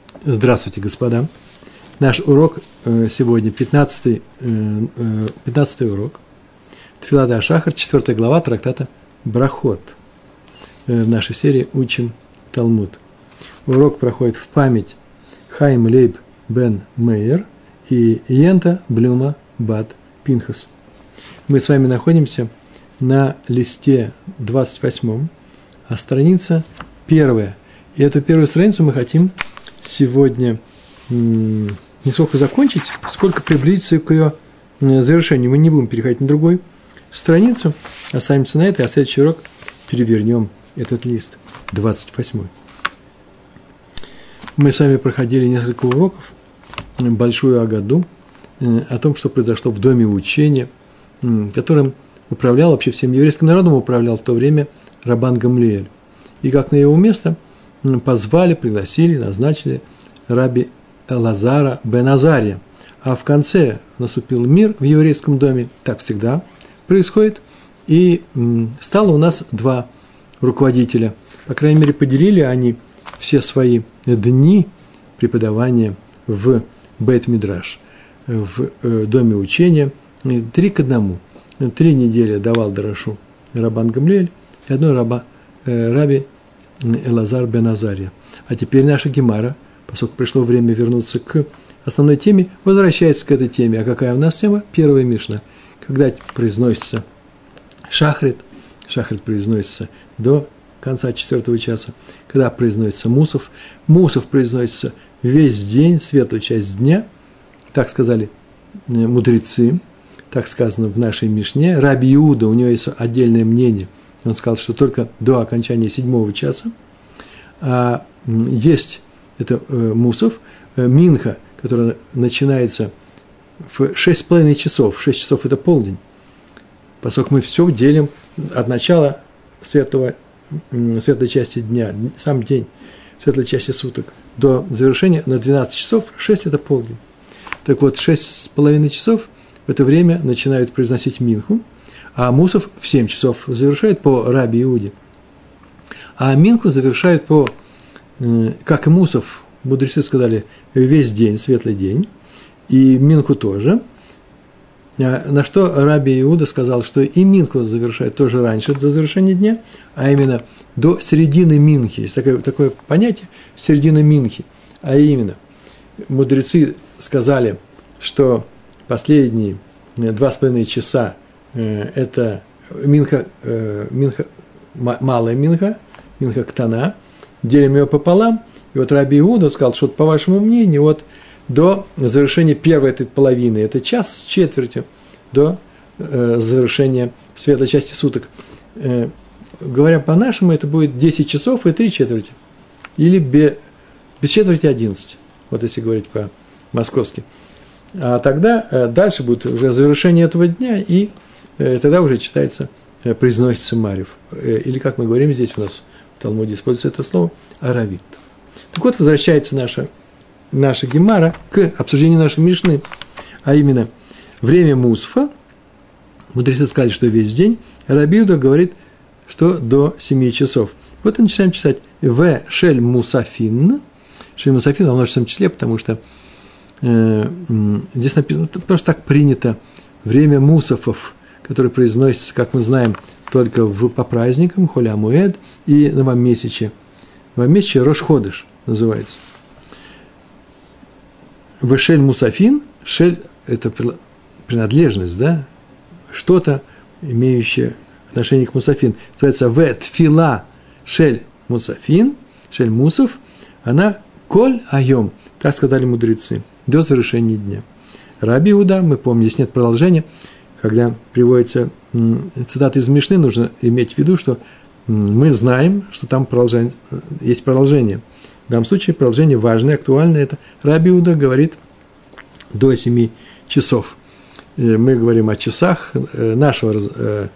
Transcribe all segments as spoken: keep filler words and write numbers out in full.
Здравствуйте, господа. Наш урок сегодня пятнадцатый, пятнадцатый урок. Тфилат ха-Шахар, четвёртая глава трактата Брахот. В нашей серии учим Талмуд. Урок проходит в память Хаим Лейб бен Мейер и Йента Блюма бат Пинхас. Мы с вами находимся на листе двадцать восьмом, а страница первая. И эту первую страницу мы хотим сегодня м, не сколько закончить, сколько приблизиться к ее завершению. Мы не будем переходить на другую страницу, останемся на этой, а следующий урок перевернем этот лист, двадцать восьмой. Мы с вами проходили несколько уроков, большую Агаду, о том, что произошло в доме учения, которым управлял, вообще всем еврейским народом управлял в то время Рабан Гамлиэль. И как на его место позвали, пригласили, назначили раби Элазара бен Азария. А в конце наступил мир в еврейском доме, так всегда происходит, и стало у нас два руководителя. По крайней мере, поделили они все свои дни преподавания в Бейт-Мидраш, в доме учения, три к одному. Три недели давал Дарашу Рабан Гамлиэль и одной раба, э, раби Элазар бен Азария. А теперь наша Гемара, поскольку пришло время вернуться к основной теме, возвращается к этой теме. А какая у нас тема? Первая Мишна. Когда произносится Шахрит, Шахрит произносится до конца четвертого часа, когда произносится Мусов, Мусов произносится весь день, светлую часть дня, так сказали мудрецы, так сказано в нашей Мишне. Раби Иуда, у него есть отдельное мнение, он сказал, что только до окончания седьмого часа. А есть это э, Мусов, э, Минха, которая начинается в шесть с половиной часов, в шесть часов это полдень, поскольку мы все делим от начала светлого, э, светлой части дня, сам день, светлой части суток, до завершения на двенадцать часов, шесть это полдень. Так вот, шесть с половиной часов в это время начинают произносить Минху, а Мусов в семь часов завершает по раби Иуде. А Минху завершают по, как и Мусов, мудрецы сказали, весь день, светлый день, и Минху тоже. На что раби Иуда сказал, что и Минху завершают тоже раньше, до завершения дня, а именно до середины Минхи. Есть такое, такое понятие середина Минхи, а именно мудрецы сказали, что последние два с половиной часа э, это минха, э, минха, малая минха, минха ктана, делим ее пополам, и вот раби Иуда сказал, что по вашему мнению, вот до завершения первой этой половины, это час с четвертью, до э, завершения светлой части суток. Э, говоря по-нашему, это будет десять часов и три четверти, или без, без четверти одиннадцать, вот если говорить по-московски. А тогда э, дальше будет уже завершение этого дня, и э, тогда уже читается, э, произносится Марев. Э, или, как мы говорим здесь у нас в Талмуде, используется это слово, аравит. Так вот, возвращается наша, наша Гемара к обсуждению нашей Мишны, а именно время Мусфа. Мудрецы сказали, что весь день, а раби Иуда говорит, что до семи часов. Вот и начинаем читать «В шель мусафин». «Шель мусафин» во множественном числе, потому что здесь написано, просто так принято, время мусафов, которое произносится, как мы знаем, только в, по праздникам, Холь а-Муэд и новомесяче. Новомесяче Рош Ходеш называется. Вешель мусафин, шель – это принадлежность, да, что-то, имеющее отношение к мусафин. Называется в тфила шель мусафин, шель мусов, она коль айом, так сказали мудрецы, до завершения дня. Раби Иуда, мы помним, здесь нет продолжения, когда приводится цитата из Мишны, нужно иметь в виду, что мы знаем, что там продолжение, есть продолжение. В данном случае продолжение важное, актуальное, это Раби Иуда говорит до семи часов. Мы говорим о часах нашего раз,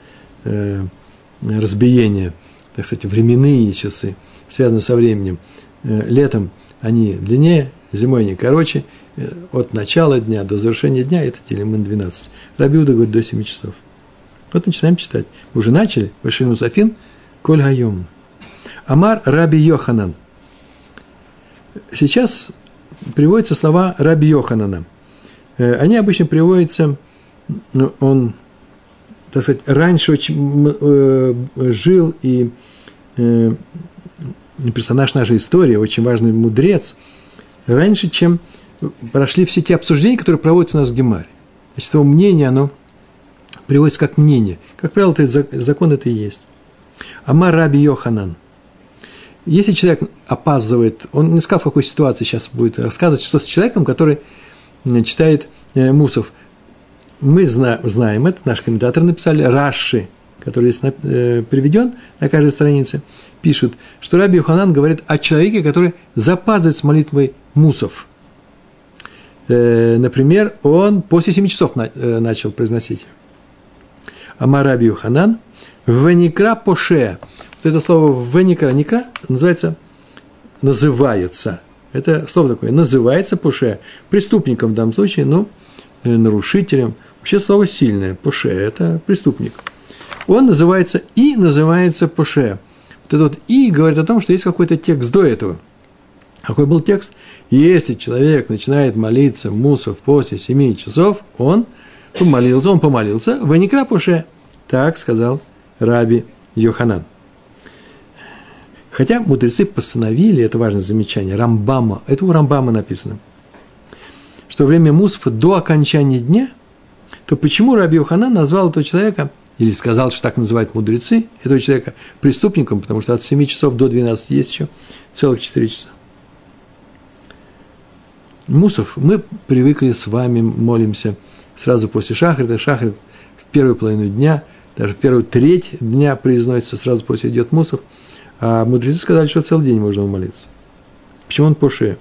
разбиения, так сказать, временные часы, связанные со временем. Летом они длиннее, зимой они короче, от начала дня до завершения дня это делим на двенадцать. Раби Иуда говорит до семи часов. Вот начинаем читать. Мы уже начали. Вешель мусафин, коль хайом. Амар Раби Йоханан. Сейчас приводятся слова Раби Йоханана. Они обычно приводятся, ну, он, так сказать, раньше очень э, жил и э, персонаж нашей истории, очень важный мудрец, раньше, чем прошли все те обсуждения, которые проводятся у нас в Гемаре. Значит, его мнение, оно приводится как мнение. Как правило, это закон это и есть. Амар Раби Йоханан. Если человек опаздывает, он не сказал, в какой ситуации сейчас будет рассказывать, что с человеком, который читает э, Мусов. Мы зна, знаем это, наши комментаторы написали, Раши, который здесь э, приведен на каждой странице, пишет, что Раби Йоханан говорит о человеке, который запаздывает с молитвой Мусов. Э, например, он после семи часов на, э, начал произносить ее. Амар Раби Йоханан, веникра поше. Вот это слово веникра, никра называется, называется. Это слово такое, называется поше. Преступником в данном случае, ну, нарушителем. Вообще слово сильное, поше, это преступник. Он называется и называется поше. Вот это вот и говорит о том, что есть какой-то текст до этого. Какой был текст? Если человек начинает молиться Мусов после семи часов, он помолился, он помолился, веникра поше. Так сказал Раби Йоханан. Хотя мудрецы постановили, это важное замечание, Рамбама, это у Рамбама написано, что во время Мусафа до окончания дня, то почему Раби Йоханан назвал этого человека, или сказал, что так называют мудрецы, этого человека преступником, потому что от семи часов до двенадцати есть еще целых четыре часа. Мусаф, мы привыкли с вами, молимся сразу после шахрита, шахрит в первую половину дня, даже в первую треть дня произносится, сразу после идет Мусаф, а мудрецы сказали, что целый день можно молиться. Почему он поше?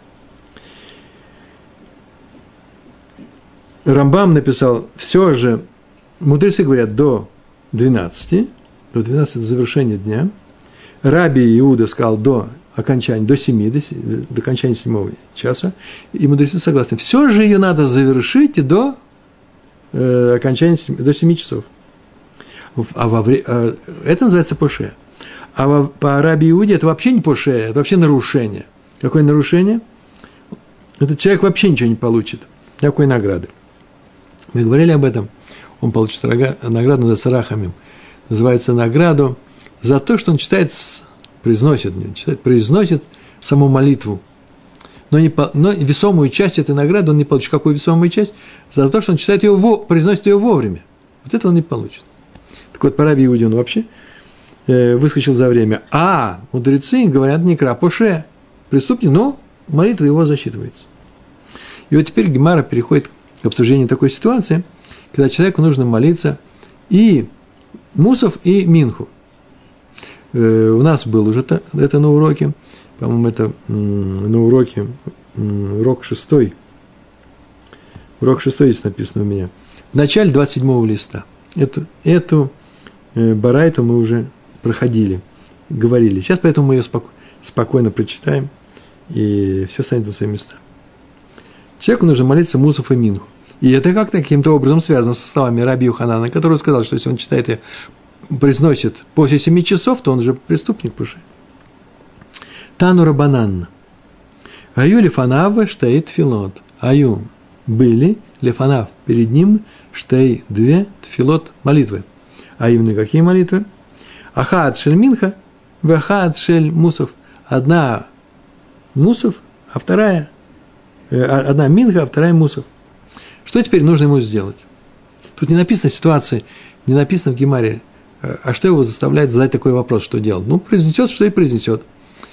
Рамбам написал, все же, мудрецы говорят, до двенадцати, до двенадцати, до завершения дня. Раби Иуда сказал, до окончания, до семи, до, до окончания седьмого часа. И мудрецы согласны. Все же ее надо завершить до э, окончания, до семи часов. А во вре... а, это называется поше. А во, по Раби Иуде это вообще не поше, это вообще нарушение. Какое нарушение? Этот человек вообще ничего не получит. Никакой награды. Мы говорили об этом. Он получит награду, называется рахамим. Называется награду за то, что он читает, произносит, не читает, произносит саму молитву. Но, не, но весомую часть этой награды он не получит. Какую весомую часть? За то, что он читает ее, произносит ее вовремя. Вот это он не получит. Так вот, по Раби Иуде он вообще э, выскочил за время. А мудрецы говорят, не крапоше, преступник, но молитва его засчитывается. И вот теперь Гемара переходит к обсуждению такой ситуации, когда человеку нужно молиться и Мусов, и Минху. Э, у нас был уже это, это на уроке, по-моему, это м, на уроке, м, урок шестой. Урок шестой здесь написано у меня. В начале двадцать седьмого листа. Эту, эту э, барайту мы уже проходили, говорили. Сейчас поэтому мы ее споко- спокойно прочитаем, и все станет на свои места. Человеку нужно молиться Мусов и Минху. И это как-то каким-то образом связано со словами Раби Йоханана, который сказал, что если он читает и произносит после семи часов, то он же преступник пуши. Тану Рабанан. Аю лифанав штей тфилот. Аю были лифанав. Перед ним штей две тфилот молитвы. А именно какие молитвы? Ахад шель Минха, вахад шель Мусов. Одна Мусов, а вторая одна Минха, а вторая Мусов. Что теперь нужно ему сделать? Тут не написано ситуации, не написано в Гемаре, а что его заставляет задать такой вопрос, что делать? Ну, произнесет, что и произнесет.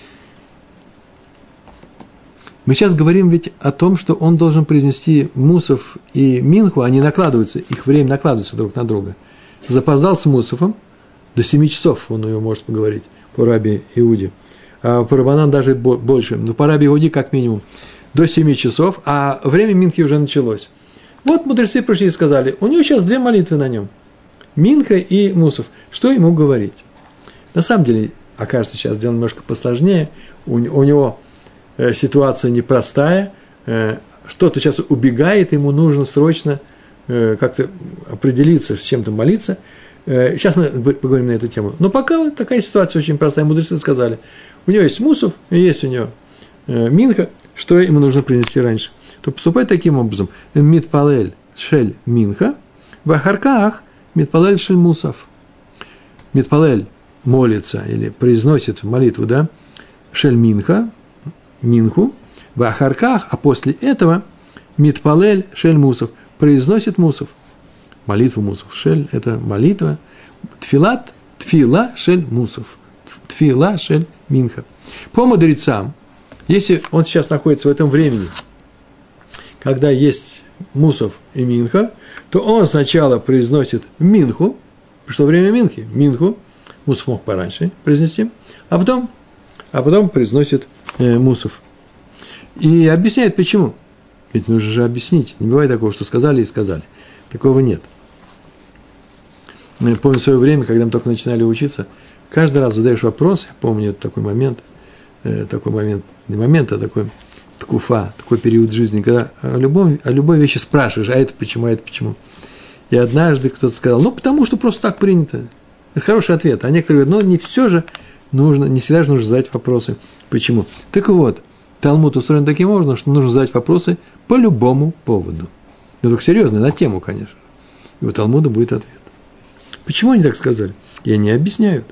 Мы сейчас говорим ведь о том, что он должен произнести Мусов и Минху, они накладываются, их время накладывается друг на друга. Запоздал с Мусовым, до семи часов он ее может поговорить по Раби Иуде, а по Рабанан даже больше, но по Раби Иуде как минимум до семи часов, а время Минхи уже началось. Вот мудрецы пришли и сказали, у него сейчас две молитвы на нем, Минха и Мусов, что ему говорить? На самом деле, окажется, сейчас дело немножко посложнее, у, у него э, ситуация непростая, э, что-то сейчас убегает, ему нужно срочно э, как-то определиться, с чем-то молиться. Э, сейчас мы поговорим на эту тему. Но пока вот такая ситуация очень простая, мудрецы сказали, у него есть Мусов, есть у него э, Минха, что ему нужно принести раньше, то поступает таким образом. Митпалель шель минха, в ахарках митпалель шель мусав. Митпалель молится или произносит молитву, да, шель минха, минху, в ахарках, а после этого митпалель шель мусав, произносит мусав. Молитву мусав. Шель – это молитва. Тфилат, тфила шель мусав. Тфила шель минха. По мудрецам, если он сейчас находится в этом времени, когда есть мусав и минха, то он сначала произносит минху, что время минхи, минху, мусав мог пораньше произнести, а потом, а потом произносит э, мусав. И объясняет, почему. Ведь нужно же объяснить. Не бывает такого, что сказали и сказали. Такого нет. Я помню свое время, когда мы только начинали учиться, каждый раз задаешь вопрос, я помню такой момент, э, такой момент, не момент, а такой ткуфа, такой период жизни, когда о, любом, о любой вещи спрашиваешь, а это почему, а это почему. И однажды кто-то сказал, ну, потому что просто так принято. Это хороший ответ. А некоторые говорят, ну, не все же нужно, не всегда же нужно задать вопросы. Почему? Так вот, Талмуд устроен таким образом, что нужно задать вопросы по любому поводу. Ну, только серьезно, на тему, конечно. И у Талмуда будет ответ. Почему они так сказали? И они объясняют.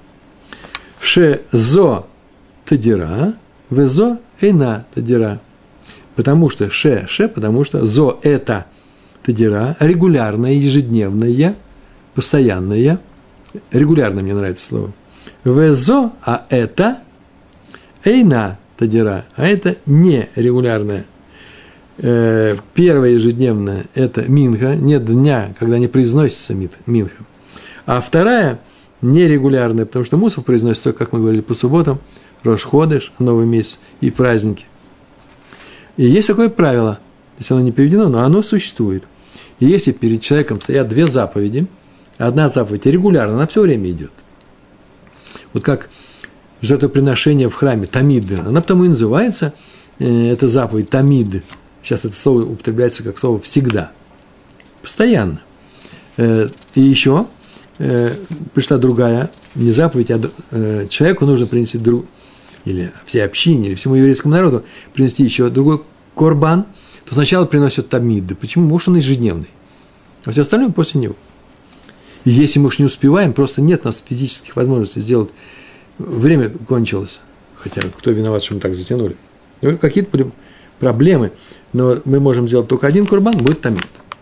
Ше-зо тадира, везо эйна тадира. Потому что ше-ше, потому что зо – это тадира, регулярная, ежедневная, постоянная. Регулярно мне нравится слово. Везо, а это эйна тадира, а это нерегулярная. Первая ежедневная – это минха, нет дня, когда не произносится минха. А вторая – нерегулярная, потому что мусав произносится только, как мы говорили, по субботам, Рош Ходеш, новый месяц и праздники. И есть такое правило, если оно не переведено, но оно существует. И если перед человеком стоят две заповеди, одна заповедь регулярно, она все время идет. Вот как жертвоприношение в храме, тамид, она потому и называется, эта заповедь, тамид. Сейчас это слово употребляется как слово «всегда», постоянно. И еще пришла другая, не заповедь, а человеку нужно принести, друг, или всей общине, или всему еврейскому народу принести еще другой корбан, то сначала приносят тамид. Почему? Потому что он ежедневный, а все остальное после него. И если мы уж не успеваем, просто нет у нас физических возможностей сделать, время кончилось, хотя кто виноват, что мы так затянули. Ну, какие-то были проблемы, но мы можем сделать только один курбан, будет тамид.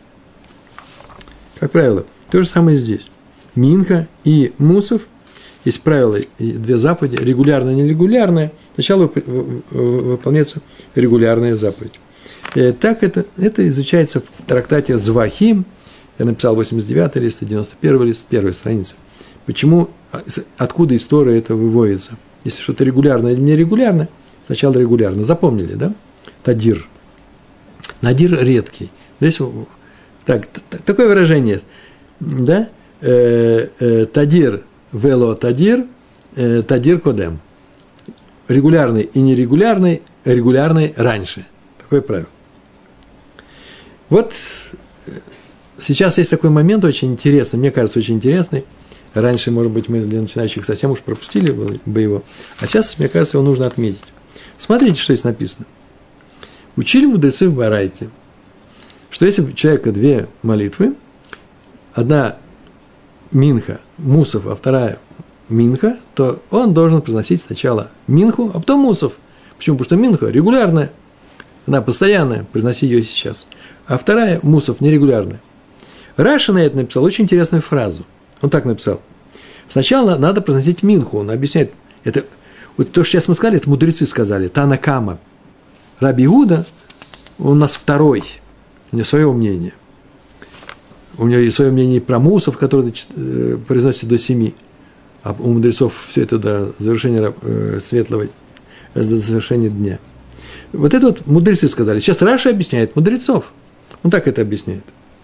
Как правило, то же самое здесь. Минха и мусав, есть правила, две заповеди, регулярная и нерегулярная. Сначала выполняется регулярная заповедь. И так это, это изучается в трактате Звахим. Я написал восемьдесят девятый лист, девяносто первый лист, первая страница. Почему, откуда история это выводится? Если что-то регулярно или нерегулярно, сначала регулярно. Запомнили, да? Тадир. Надир редкий. Здесь так, такое выражение есть. Да? Э, э, тадир вело тадир, э, тадир кодем. Регулярный и нерегулярный, регулярный раньше. Такое правило. Вот сейчас есть такой момент очень интересный, мне кажется, очень интересный. Раньше, может быть, мы для начинающих совсем уж пропустили бы его. А сейчас, мне кажется, его нужно отметить. Смотрите, что здесь написано. Учили мудрецы в Барайте, что если у человека две молитвы, одна минха, мусав, а вторая минха, то он должен произносить сначала минху, а потом мусав. Почему? Потому что минха регулярная, она постоянная, произноси ее сейчас. А вторая мусав нерегулярная. Раша на это написал очень интересную фразу. Он так написал. Сначала надо произносить минху. Он объясняет, это, вот то, что сейчас мы сказали, это мудрецы сказали, Тана Кама. Раби Иуда, он у нас второй, у него свое мнение. У него есть свое мнение про мусов, которые произносятся до семи, а у мудрецов все это до завершения светлого, до завершения дня. Вот это вот мудрецы сказали. Сейчас Раша объясняет мудрецов. Он так это объясняет.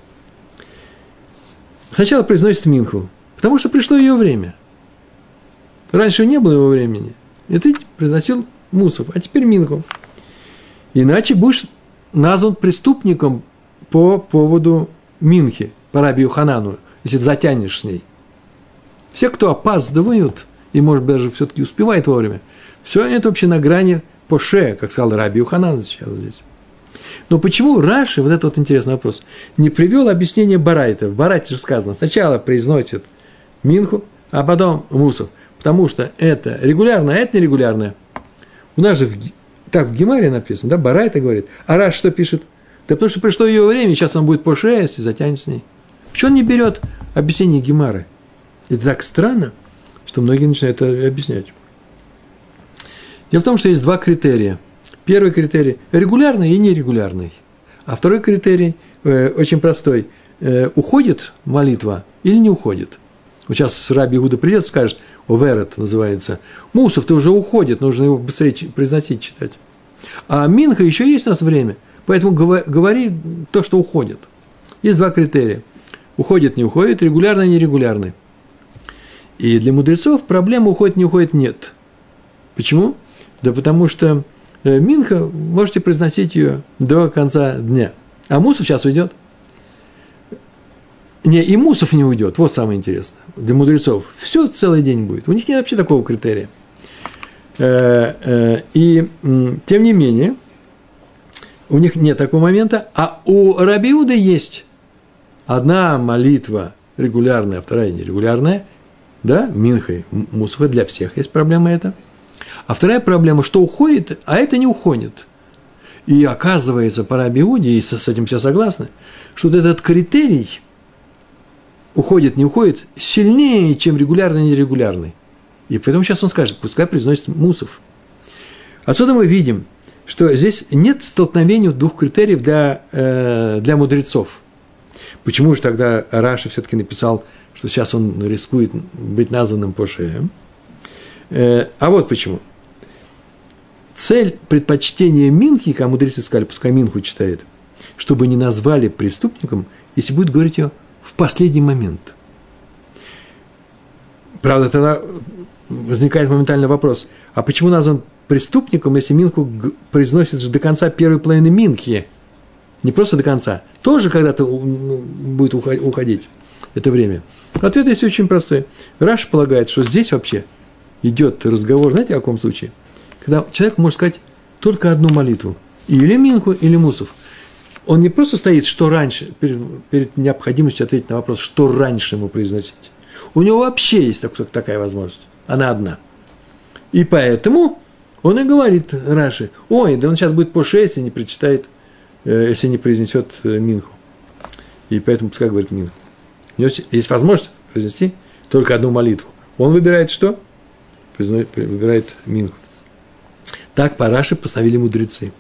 Сначала произносит минху, потому что пришло ее время. Раньше не было его времени, и ты произносил мусов, а теперь минху. Иначе будешь назван преступником по поводу минхи, по Раби Йоханану, если ты затянешь с ней. Все, кто опаздывают, и, может быть, даже все-таки успевает вовремя, все это вообще на грани поше, как сказал Раби Йоханан сейчас здесь. Но почему Раши, вот это вот интересный вопрос, не привел объяснение Барайта? В Барайте же сказано, сначала произносит Минху, а потом Мусов. Потому что это регулярное, а это нерегулярное. У нас же в, так в Гемаре написано, да, Барайта говорит. А Раши что пишет? Да потому что пришло ее время, сейчас он будет поше, если затянет с ней. Почему он не берет объяснение Гемары? Это так странно, что многие начинают это объяснять. Дело в том, что есть два критерия. Первый критерий – регулярный и нерегулярный. А второй критерий э, очень простой. Э, уходит молитва или не уходит? Вот сейчас Раби Иуда придет и скажет, оверет называется, Мусов, ты уже уходит, нужно его быстрее произносить, читать. А Минха еще есть у нас время, поэтому говори то, что уходит. Есть два критерия. Уходит, не уходит, регулярный, нерегулярный. И для мудрецов проблема уходит, не уходит, нет. Почему? Да потому что Минха, можете произносить ее до конца дня. А Мусов сейчас уйдет. Не, и Мусов не уйдет. Вот самое интересное. Для мудрецов все целый день будет. У них нет вообще такого критерия. И тем не менее, у них нет такого момента, а у Раби Иуды есть одна молитва регулярная, а вторая нерегулярная. Да, Минха и Мусова, для всех есть проблема эта. А вторая проблема, что уходит, а это не уходит. И оказывается, по Раби Иуде, и с этим все согласны, что вот этот критерий уходит, не уходит, сильнее, чем регулярный, нерегулярный. И поэтому сейчас он скажет, пускай произносит Мусов. Отсюда мы видим, что здесь нет столкновения двух критериев для, э, для мудрецов. Почему же тогда Раши все-таки написал, что сейчас он рискует быть названным Поше? Э, а вот почему. Цель предпочтения Минхи, как мудрецы сказали, пускай Минху читает, чтобы не назвали преступником, если будет говорить ее в последний момент. Правда, тогда возникает моментальный вопрос, а почему назван преступником, если Минху произносит же до конца первой половины Минхи? Не просто до конца, тоже когда-то будет уходить это время. Ответ здесь очень простой. Раши полагает, что здесь вообще идет разговор, знаете, о каком случае? Когда человек может сказать только одну молитву, или Минху, или Мусов. Он не просто стоит, что раньше, перед, перед необходимостью ответить на вопрос, что раньше ему произносить. У него вообще есть так, такая возможность. Она одна. И поэтому он и говорит Раши, ой, да он сейчас будет поше, если не прочитает, если не произнесет Минху. И поэтому пускай говорит Минху. У него есть возможность произнести только одну молитву. Он выбирает что? Выбирает Минху. Так по Раши постановили мудрецы.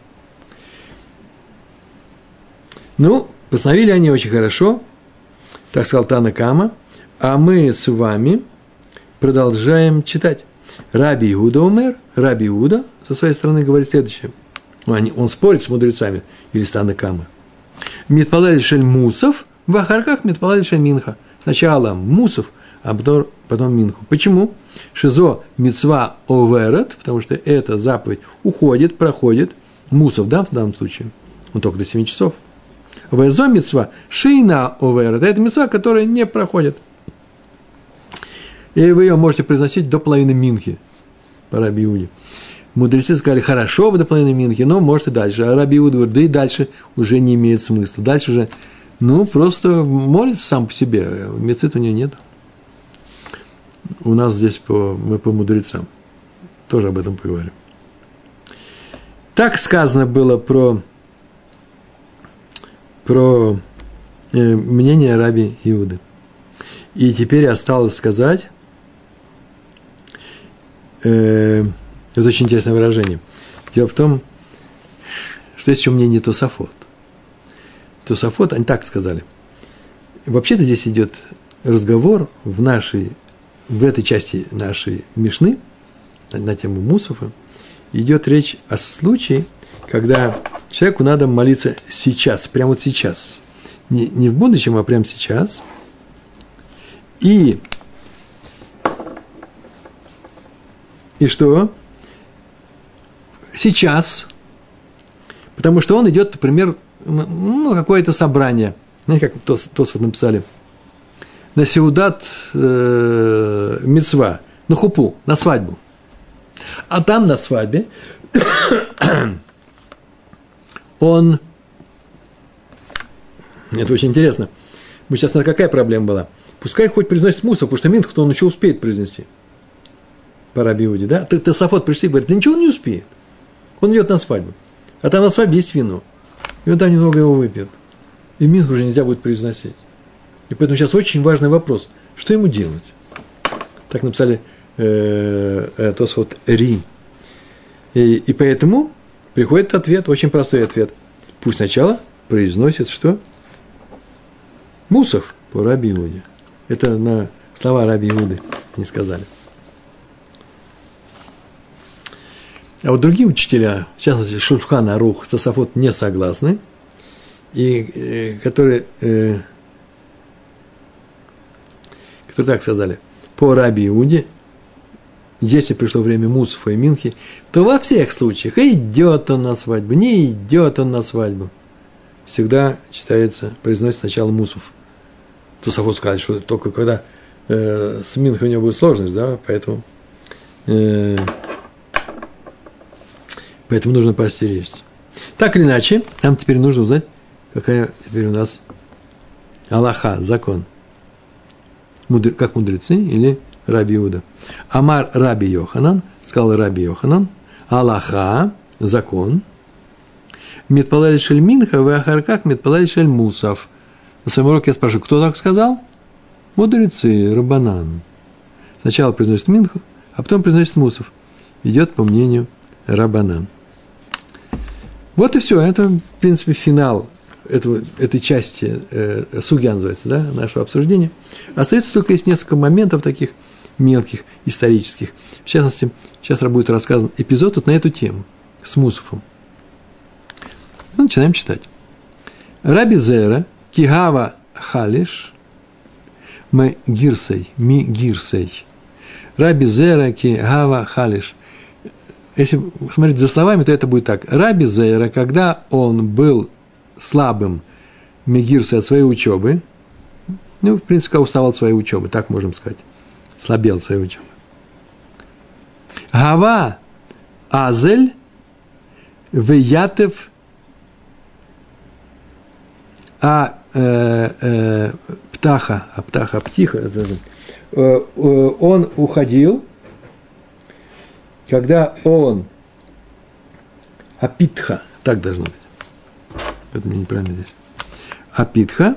Ну, постановили они очень хорошо, так сказал Тана Кама, а мы с вами продолжаем читать. Раби Иуда умер, Раби Иуда со своей стороны говорит следующее. Он спорит с мудрецами или с Тана Кама. Митпалель шель Мусов, в Ахарках Митпалель шель Минха. Сначала Мусов, а потом, потом Минху. Почему? Шизо мицва оверет, потому что эта заповедь уходит, проходит. Мусов, да, в данном случае, он только до семи часов. Везо мицва шейна оверет, это мицва, которая не проходит. И вы ее можете произносить до половины Минхи, по Раби Иуде. Мудрецы сказали, хорошо, до половины Минхи, но может и дальше. А Раби Иуда говорит, да и дальше уже не имеет смысла. Дальше уже, ну, просто молится сам по себе, мецит у него нет. У нас здесь по, мы по мудрецам. Тоже об этом поговорим. Так сказано было про, про э, мнение Раби Иуды. И теперь осталось сказать, э, это очень интересное выражение. Дело в том, что есть еще мнение Тосафот. Тосафот, они так сказали. Вообще-то здесь идет разговор в нашей, в этой части нашей Мишны, на, на тему Мусофа, идет речь о случае, когда человеку надо молиться сейчас, прямо вот сейчас. Не, не в будущем, а прямо сейчас. И, и что? Сейчас. Потому что он идет, например, ну, какое-то собрание. Знаете, как Тос, Тосфот написали? На сеудат э, мицва, на хупу, на свадьбу. А там на свадьбе он, это очень интересно, мы сейчас, какая проблема была? Пускай хоть произносит Мусав, потому что Минху-то он еще успеет произнести. По Раби Иуде, да? Тосафот пришли и говорят, да ничего он не успеет. Он идет на свадьбу. А там на свадьбе есть вино. И он там немного его выпьет. И Минху уже нельзя будет произносить. И поэтому сейчас очень важный вопрос. Что ему делать? Так написали э, э, Тосафот Ри. И, и поэтому приходит ответ, очень простой ответ. Пусть сначала произносит что? Мусав по Раби Иуде. Это на слова Раби Иуды не сказали. А вот другие учителя, в частности, Шульхан Арух, Тосафот не согласны, и э, которые, э, которые так сказали, по Раби Иуде, если пришло время Мусафа и Минхи, то во всех случаях идет он на свадьбу, не идет он на свадьбу. Всегда читается, произносится сначала Мусаф. Тосафот сказали, что только когда э, с Минхой у него будет сложность, да, поэтому... Э, Поэтому нужно поостеречься. Так или иначе, нам теперь нужно узнать, какая теперь у нас алаха, закон. Мудр, как мудрецы или Раби Иуда. Амар Раби Йоханан, сказал Раби Йоханан, алаха, закон. Митпалали шель минха, веахаркак митпалали шель мусав. На своем уроке я спрашиваю, кто так сказал? Мудрецы, Рабанан. Сначала произносит минху, а потом произносит мусав. Идет по мнению Рабанан. Вот и все. Это, в принципе, финал этого, этой части, э, сугья называется, да, нашего обсуждения. Остается только есть несколько моментов таких мелких, исторических. В частности, сейчас будет рассказан эпизод вот на эту тему с Мусафом. Ну, начинаем читать. Раби Зера, Кигава Халиш, Ме Гирсей, Ми Гирсей. Раби Зера, Кигава Халиш. Если смотреть за словами, то это будет так. Раби Зейра, когда он был слабым мегирсой от своей учебы, ну, в принципе, уставал от своей учебы, так можем сказать, слабел от своей учебы. Гава Азель Веятев а э, э, птаха, а птаха, птиха, это, э, э, он уходил, когда он, апитха, так должно быть, это мне неправильно здесь, апитха,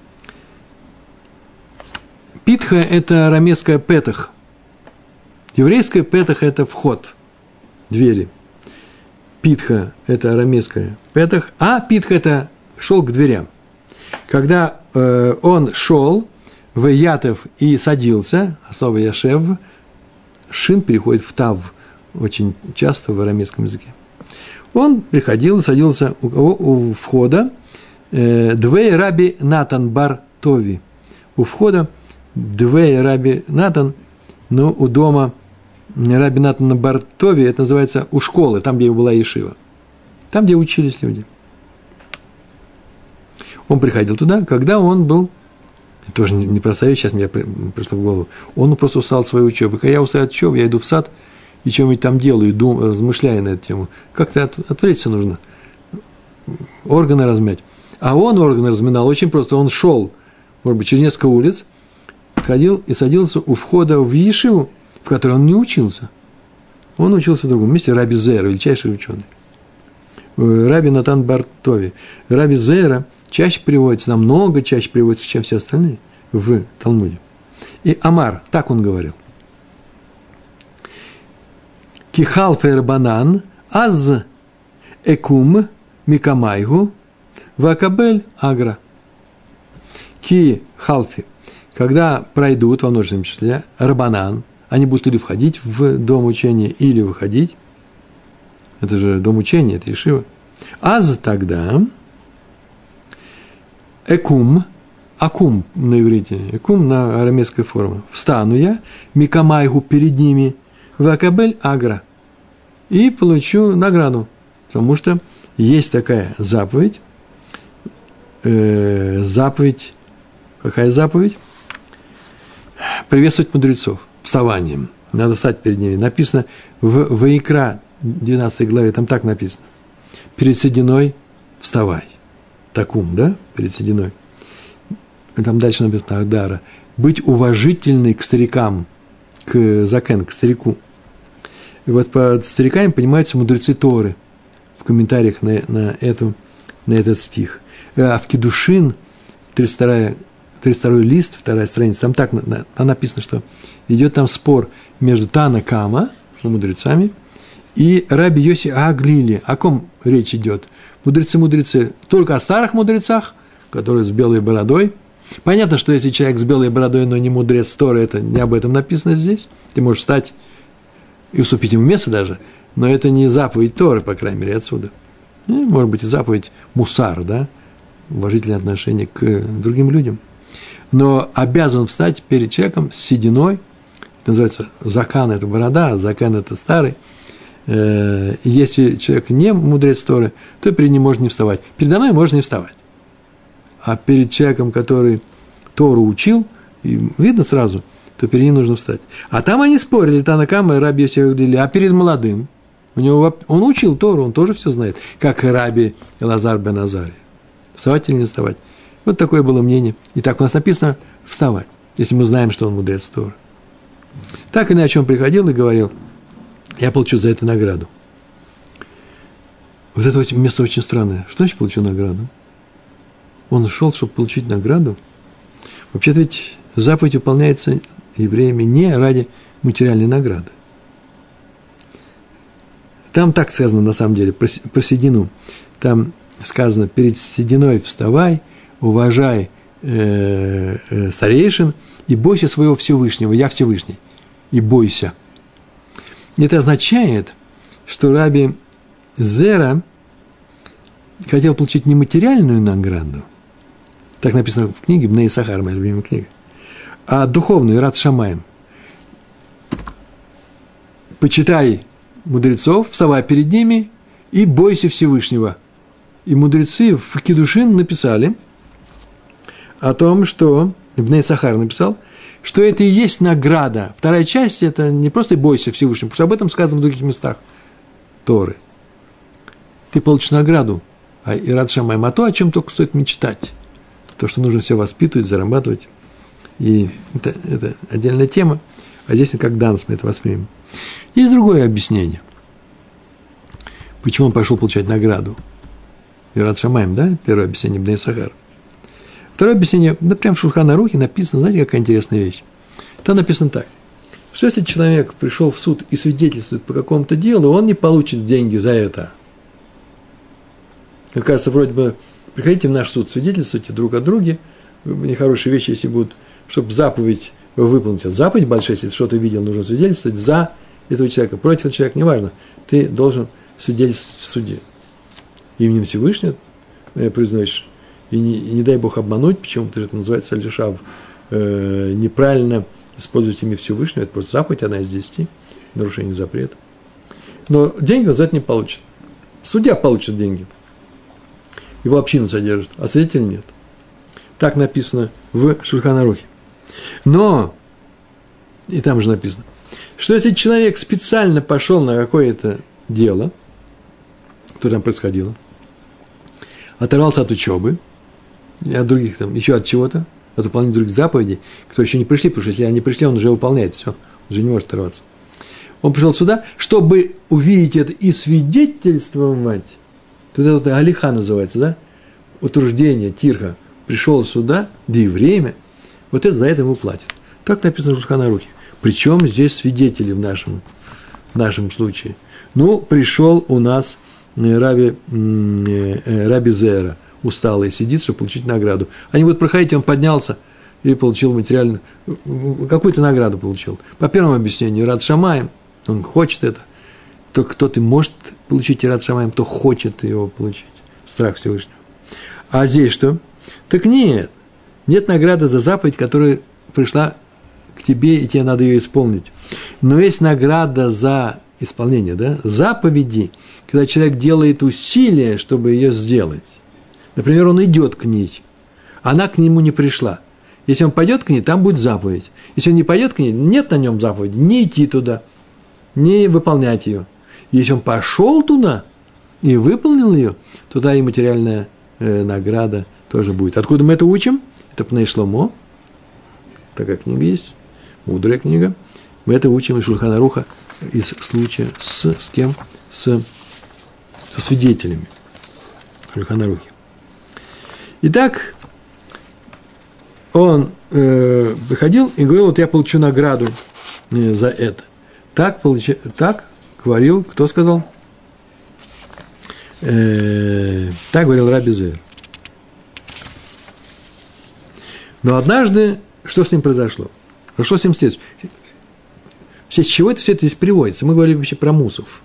питха – это арамейское петах, еврейское петах – это вход, двери, питха – это арамейское петах, а питха – это шел к дверям. Когда э, он шел в Ятов и садился, слово Яшев, шин переходит в тав, очень часто в арамейском языке. Он приходил и садился у, у, у входа э, Двей Раби Натан бар Тови. У входа Двей Раби Натан, ну, у дома Раби Натана бар Тови, это называется у школы, там, где была ешива. Там, где учились люди. Он приходил туда, когда он был, это тоже непростая вещь, сейчас мне пришло в голову, он просто устал от своей учебы. Когда я устаю от учебы, я иду в сад и что-нибудь там делаю, думаю, размышляю на эту тему. Как-то от, отвлечься нужно, органы размять. А он органы разминал очень просто. Он шел, может быть, через несколько улиц, ходил и садился у входа в ешиву, в которой он не учился. Он учился в другом месте, Раби Зейра, величайший ученый. Раби Натан бар Тови. Раби Зейра чаще приводится, намного чаще приводится, чем все остальные в Талмуде. И Амар, так он говорил. Кихалфер банан, аз экум микамайгу, вакабель агра. Ки халфи, когда пройдут во множественном числе рабанан, они будут или входить в дом учения, или выходить. Это же дом учения, это ешива. Аз тогда экум, акум на иврите, экум на арамейской форме. Встану я, микамайгу перед ними, вакабель агра, и получу награду, потому что есть такая заповедь, э, заповедь, какая заповедь? Приветствовать мудрецов вставанием. Надо встать перед ними. Написано в Ваикра двенадцатой главе, там так написано. Перед сединой вставай. Такум, да? Перед сединой. Там дальше написано Ахдара. Быть уважительной к старикам, к закен, к старику. И вот под стариками понимаются мудрецы Торы в комментариях на, на, эту, на этот стих. А в Кедушин, тридцать второй лист, вторая страница, там так там написано, что идет там спор между Тана Кама, мудрецами, и Раби Йоси Аглили. О ком речь идет? Мудрецы-мудрецы только о старых мудрецах, которые с белой бородой. Понятно, что если человек с белой бородой, но не мудрец Торы, это не об этом написано здесь. Ты можешь встать и уступить ему место даже, но это не заповедь Торы, по крайней мере, отсюда. Ну, может быть, и заповедь мусар, да, уважительное отношение к другим людям. Но обязан встать перед человеком с сединой, это называется закан – это борода, а закан – это старый. И если человек не мудрец Торы, то перед ним можно не вставать. Передо мной можно не вставать. А перед человеком, который Тору учил, и видно сразу, то перед ним нужно встать. А там они спорили, Тана Кама и Раби Йоси Аглили, а перед молодым, у него, он учил Тору, он тоже все знает, как и Раби Элазар бен Азария. Вставать или не вставать? Вот такое было мнение. И так у нас написано «вставать», если мы знаем, что он мудрец Торы. Так и на чем приходил и говорил, я получу за это награду. Вот это место очень странное. Что значит получил награду? Он шел, чтобы получить награду. Вообще-то ведь заповедь выполняется евреями не ради материальной награды. Там так сказано, на самом деле, про, про седину. Там сказано, перед сединой вставай, уважай э, э, старейшин и бойся своего Всевышнего. Я Всевышний. И бойся. Это означает, что Раби Зера хотел получить не материальную награду, так написано в книге Бней Исахар, моя любимая книга, а духовную, Ират Шамаим. Почитай мудрецов, вставай перед ними и бойся Всевышнего. И мудрецы в Кедушин написали о том, что Бней Исахар написал, что это и есть награда. Вторая часть – это не просто бойся Всевышнего, потому что об этом сказано в других местах Торы. Ты получишь награду, а Ират Шамаим, а то, о чем только стоит мечтать. То, что нужно все воспитывать, зарабатывать. И это, это отдельная тема, а здесь как данс мы это воспримем. Есть другое объяснение. Почему он пошел получать награду? Ират Шамаим, да? Первое объяснение Бней Исахар. Второе объяснение, да прямо в Шулхан Арухе написано, знаете, какая интересная вещь? Там написано так, что если человек пришел в суд и свидетельствует по какому-то делу, он не получит деньги за это. Мне кажется, вроде бы, приходите в наш суд, свидетельствуйте друг о друге, нехорошие вещи, если будут, чтобы заповедь выполнить. Заповедь большая, если ты что-то видел, нужно свидетельствовать за этого человека, против этого человека, неважно, ты должен свидетельствовать в суде. Именем Всевышнего произносишь. И не, и не дай Бог обмануть, почему-то это называется алишав, э, неправильно использовать имя Всевышнего, это просто заповедь, одна из десяти, нарушение запрета. Но деньги он за это не получит. Судья получит деньги, его община содержит, а свидетель нет. Так написано в Шулхан Арухе. Но, и там же написано, что если человек специально пошел на какое-то дело, которое там происходило, оторвался от учебы, и от других, там, еще от чего-то, от выполнения других заповедей, которые еще не пришли, потому что если они пришли, он уже выполняет все, он уже не может оторваться. Он пришел сюда, чтобы увидеть это и свидетельствовать. Тут это вот алиха называется, да? Утруждение, тирха. Пришел сюда, да и время, вот это за это ему платят. Так написано в Шулхан Арухе. Причем здесь свидетели в нашем, в нашем случае. Ну, пришел у нас Раби, Раби Зера, усталый, сидит, чтобы получить награду. Они будут проходить, он поднялся и получил материально, какую-то награду получил. По первому объяснению, Ират Шамаим, он хочет это. То кто-то может получить Ират Шамаим, кто хочет его получить. Страх Всевышнего. А здесь что? Так нет. Нет награды за заповедь, которая пришла к тебе, и тебе надо ее исполнить. Но есть награда за исполнение, да? Заповеди, когда человек делает усилия, чтобы ее сделать. Например, он идет к ней, она к нему не пришла. Если он пойдет к ней, там будет заповедь. Если он не пойдет к ней, нет на нем заповеди, не идти туда, не выполнять ее. Если он пошел туда и выполнил ее, то да, и материальная э, награда тоже будет. Откуда мы это учим? Это Пней Шломо. Такая книга есть, мудрая книга. Мы это учим из Шульхан Аруха, из случая с, с кем? С, со свидетелями Шульхан Арухи. Итак, он э, приходил и говорил, вот я получу награду э, за это. Так, получ... так говорил, кто сказал? Э, так говорил Раби Зеир. Но однажды, что с ним произошло? Что с ним следует? В честь чего это все это здесь приводится? Мы говорили вообще про мусов.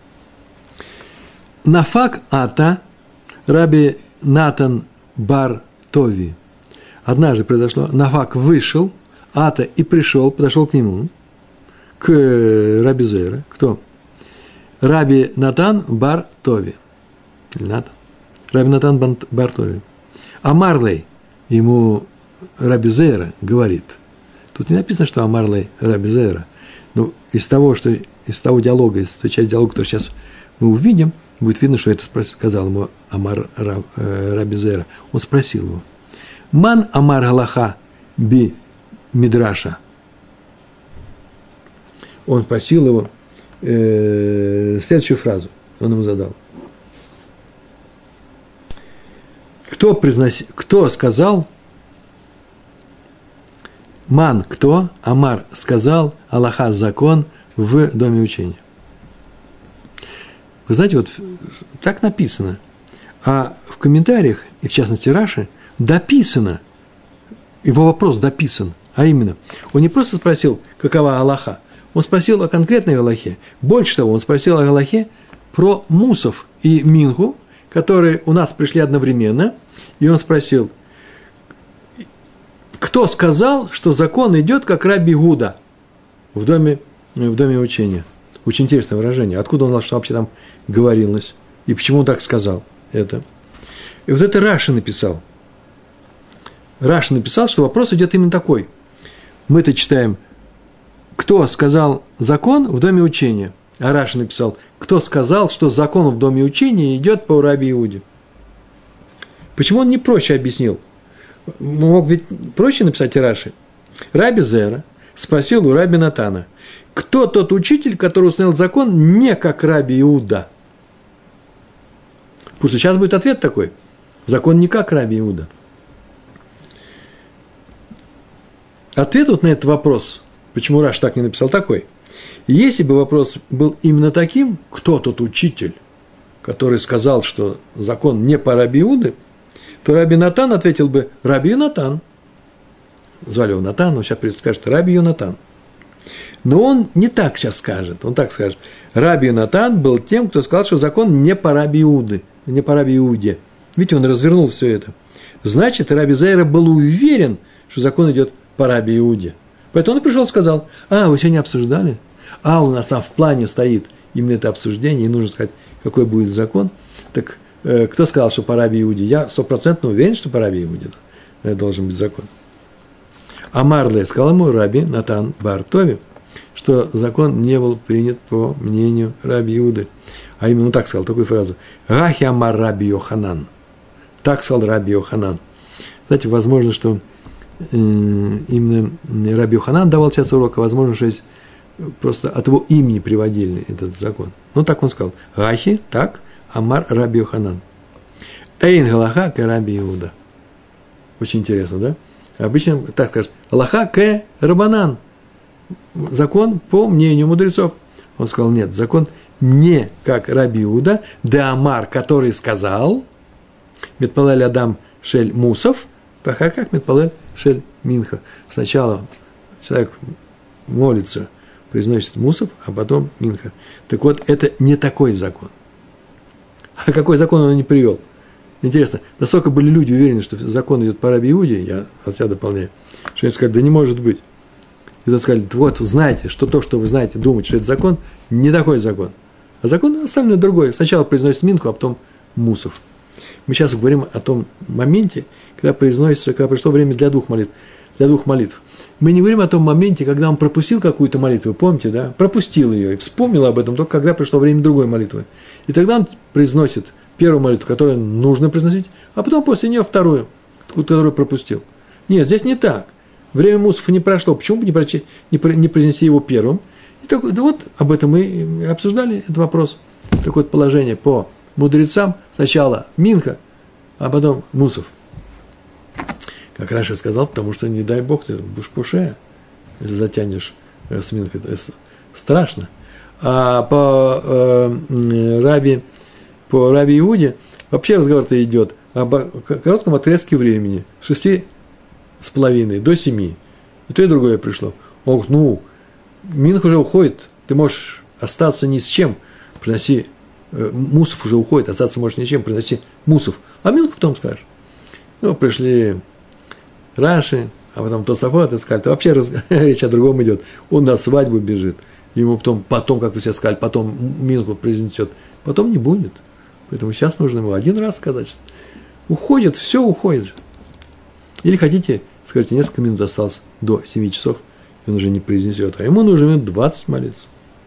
Нафак ата Раби Натан бар Тови. Однажды произошло, Нафак вышел, ата и пришел, подошел к нему, к Раби Зеиру. Кто? Раби Натан бар Тови. Натан. Раби Натан бар Тови. Амарлей ему Раби Зеира говорит. Тут не написано, что Амарлей Раби Зеира. Но из того, что, из того диалога, из той части диалога, который сейчас мы увидим, будет видно, что это сказал ему Амар Раби Зеира. Он спросил его. Ман Амар Галаха би Мидраша. Он спросил его э, следующую фразу. Он ему задал. Кто, произноси, кто сказал, Ман, кто, Амар сказал, Аллаха закон в доме учения. Вы знаете, вот так написано. А в комментариях, и в частности Раши, дописано, его вопрос дописан, а именно, он не просто спросил, какова Аллаха, он спросил о конкретной Аллахе. Больше того, он спросил о Аллахе про мусов и минху, которые у нас пришли одновременно, и он спросил, кто сказал, что закон идет, как Раби Гуда в доме, в доме учения? Очень интересное выражение. Откуда он что вообще там говорилось? И почему он так сказал это? И вот это Раши написал. Раши написал, что вопрос идет именно такой. Мы-то читаем, кто сказал закон в доме учения? А Раши написал, кто сказал, что закон в доме учения идет по Раби Иуде? Почему он не проще объяснил? Мог ведь проще написать и Раши. Раби Зеира спросил у Раби Натана, кто тот учитель, который установил закон не как Раби Иуда? Потому что сейчас будет ответ такой. Закон не как Раби Иуда. Ответ вот на этот вопрос, почему Раш так не написал, такой. Если бы вопрос был именно таким, кто тот учитель, который сказал, что закон не по Раби Иуде, то Раби Натан ответил бы Раби Йонатан. Звали его Натан, он сейчас придет и скажет Раби Йонатан. Но он не так сейчас скажет, он так скажет. Раби Йонатан был тем, кто сказал, что закон не по Раби Иуде, не по Раби Иуде. Видите, он развернул все это. Значит, Раби Зеира был уверен, что закон идет по Раби Иуде. Поэтому он пришел и сказал, а, вы сегодня обсуждали? А, у нас там в плане стоит именно это обсуждение, и нужно сказать, какой будет закон. Так э, кто сказал, что по Раби Иуде? Я стопроцентно уверен, что по Раби Иуде да, должен быть закон. Амарле сказал ему Раби Натан бар Тови, что закон не был принят по мнению Раби Иуды. А именно так сказал, такую фразу. Гахи амар Раби Йоханан. Так сказал Раби Йоханан. Знаете, возможно, что э, именно Раби Йоханан давал час урока, возможно, что есть просто от его имени приводили этот закон. Ну, так он сказал. Гахи, так, амар Раби Йоханан. Эйн галаха ке Раби Иуда. Очень интересно, да? Обычно так скажут. Галаха ке Рабанан. Закон по мнению мудрецов. Он сказал, нет, закон не как Раби Иуда, да Амар, который сказал, Митпалель Адам шель мусов, а как Митпалель шель минха. Сначала человек молится, произносит мусов, а потом минха. Так вот, это не такой закон. А какой закон он не привел? Интересно, настолько были люди уверены, что закон идет по Раби Иуде, я от себя дополняю, что они сказали, да не может быть. И тут сказали, вот, знаете, что то, что вы знаете, думаете, что это закон, не такой закон. А закон остальной другой. Сначала произносит минху, а потом мусов. Мы сейчас говорим о том моменте, когда произносится, когда пришло время для двух молитв. Для двух молитв. мы не говорим о том моменте, когда он пропустил какую-то молитву, помните, да? Пропустил ее и вспомнил об этом только когда пришло время другой молитвы. И тогда он произносит первую молитву, которую нужно произносить, а потом после нее вторую, которую пропустил. Нет, здесь не так. Время мусофа не прошло. Почему бы не, прочесть, не произнести его первым? И так, да вот об этом мы обсуждали этот вопрос. Такое вот положение по мудрецам. Сначала Минха, а потом Мусов. Как Раши сказал, потому что, не дай Бог, ты будешь пуше, если затянешь с Минхой. Это страшно. А по э, Раби, по Раби Иуде вообще разговор-то идет об коротком отрезке времени. Шести с половиной до семи. И то, и другое пришло. Он говорит, ну, Минх уже уходит, ты можешь остаться ни с чем, приноси, э, Мусов уже уходит, остаться можешь ни с чем, приноси Мусов. А Минху потом скажешь. Ну, пришли Раши, а потом Тосафот, и сказали, вообще раз, речь о другом идет. Он на свадьбу бежит, ему потом, потом, как вы себе сказали, потом Минху произнесет, потом не будет. Поэтому сейчас нужно ему один раз сказать, уходит, все уходит. Или хотите, скажите, несколько минут осталось до семи часов, и он уже не произнесет, а ему нужно минут двадцать молиться.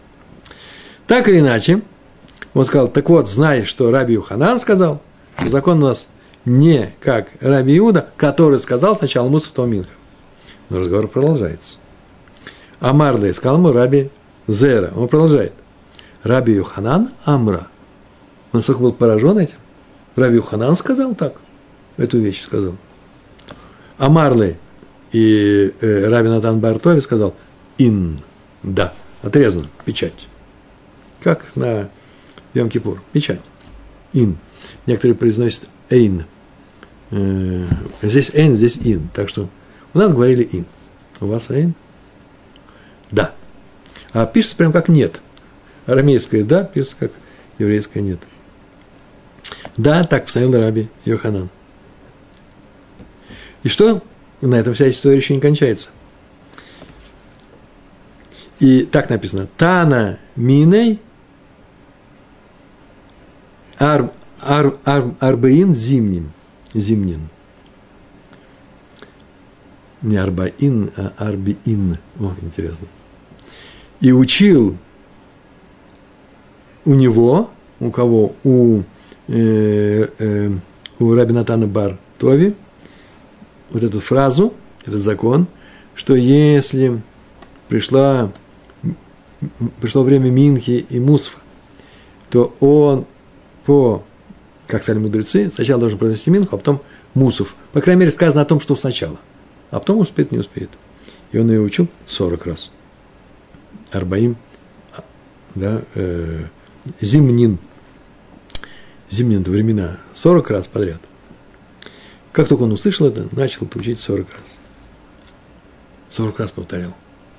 Так или иначе, он сказал, так вот, знай, что Раби Йоханан сказал, что закон у нас не как Раби Иуда, который сказал сначала Мусов, потом Минха. Но разговор продолжается. Амар сказал ему Раби Зера. Он продолжает. Раби Йоханан Амра. Он настолько был поражен этим. Раби Йоханан сказал так. Эту вещь сказал. Амарлей и э, Раби Натан Бартови сказал ин. Да. Отрезан. Печать. Как на Йом-Кипур. Печать. Ин. Некоторые произносят эйн. Э, здесь эйн, здесь ин. Так что у нас говорили ин. У вас эйн? Да. А пишется прям как нет. Арамейское да, пишется как еврейское нет. Да, так постановил Раби Йоханан. И что? На этом вся история еще не кончается. И так написано. Тана миней ар, ар, ар, арбаин зимнин. Зимнин. Не арбаин, а арбиин. О, интересно. И учил у него, у кого? У, э, э, у Раби Натана бар Тови, вот эту фразу, этот закон, что если пришла, пришло время Минхи и Мусфа, то он по, как сказали мудрецы, сначала должен произнести Минху, а потом Мусов. По крайней мере, сказано о том, что сначала. А потом успеет, не успеет. И он ее учил сорок раз. Арбаим, да, э, зимнин. Зимнин – это времена. сорок раз подряд. Как только он услышал это, начал это учить сорок раз. сорок раз повторял.